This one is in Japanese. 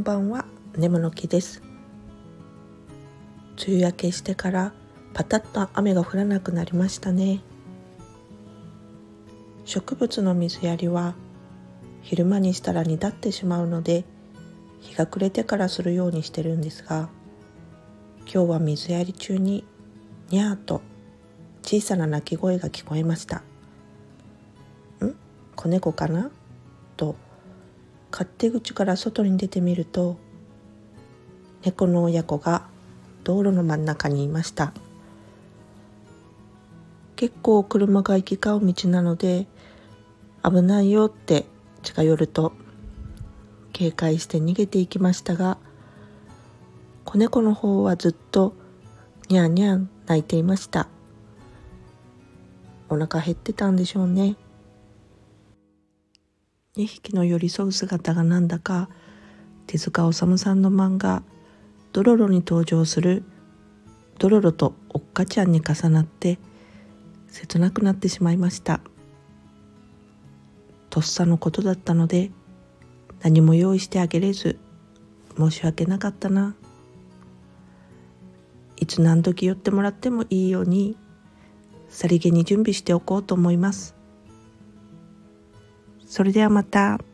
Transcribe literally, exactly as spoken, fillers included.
んばんは、ねむの木です。梅雨明けしてからパタッと雨が降らなくなりましたね。植物の水やりは昼間にしたら煮立ってしまうので、日が暮れてからするようにしてるんですが、今日は水やり中ににゃーと小さな鳴き声が聞こえました。ん?子猫かな?と勝手口から外に出てみると、猫の親子が道路の真ん中にいました。結構車が行き交う道なので危ないよって近寄ると警戒して逃げていきましたが、子猫の方はずっとニャーニャー泣いていました。お腹減ってたんでしょうね。にひきの寄り添う姿がなんだか手塚治虫さんの漫画ドロロに登場するドロロとおっかちゃんに重なって切なくなってしまいました。とっさのことだったので何も用意してあげれず申し訳なかったな。いつ何時寄ってもらってもいいようにさりげに準備しておこうと思います。それではまた。